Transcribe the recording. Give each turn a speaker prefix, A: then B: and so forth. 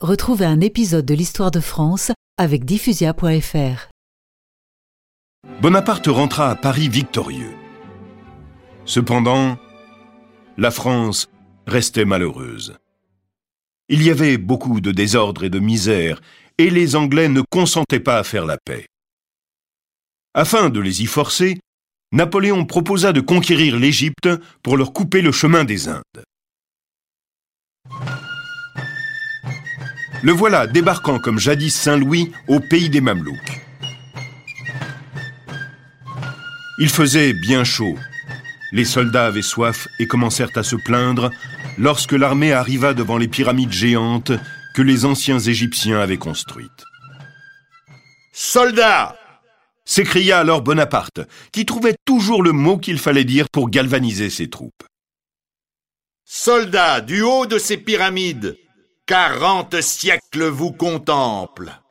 A: Retrouvez un épisode de l'Histoire de France avec diffusia.fr.
B: Bonaparte rentra à Paris victorieux. Cependant, la France restait malheureuse. Il y avait beaucoup de désordre et de misère, et les Anglais ne consentaient pas à faire la paix. Afin de les y forcer, Napoléon proposa de conquérir l'Égypte pour leur couper le chemin des Indes. Le voilà débarquant comme jadis Saint-Louis au pays des Mamelouks. Il faisait bien chaud. Les soldats avaient soif et commencèrent à se plaindre lorsque l'armée arriva devant les pyramides géantes que les anciens Égyptiens avaient construites. « Soldats !» s'écria alors Bonaparte, qui trouvait toujours le mot qu'il fallait dire pour galvaniser ses troupes.
C: « Soldats, du haut de ces pyramides, 40 siècles vous contemplent.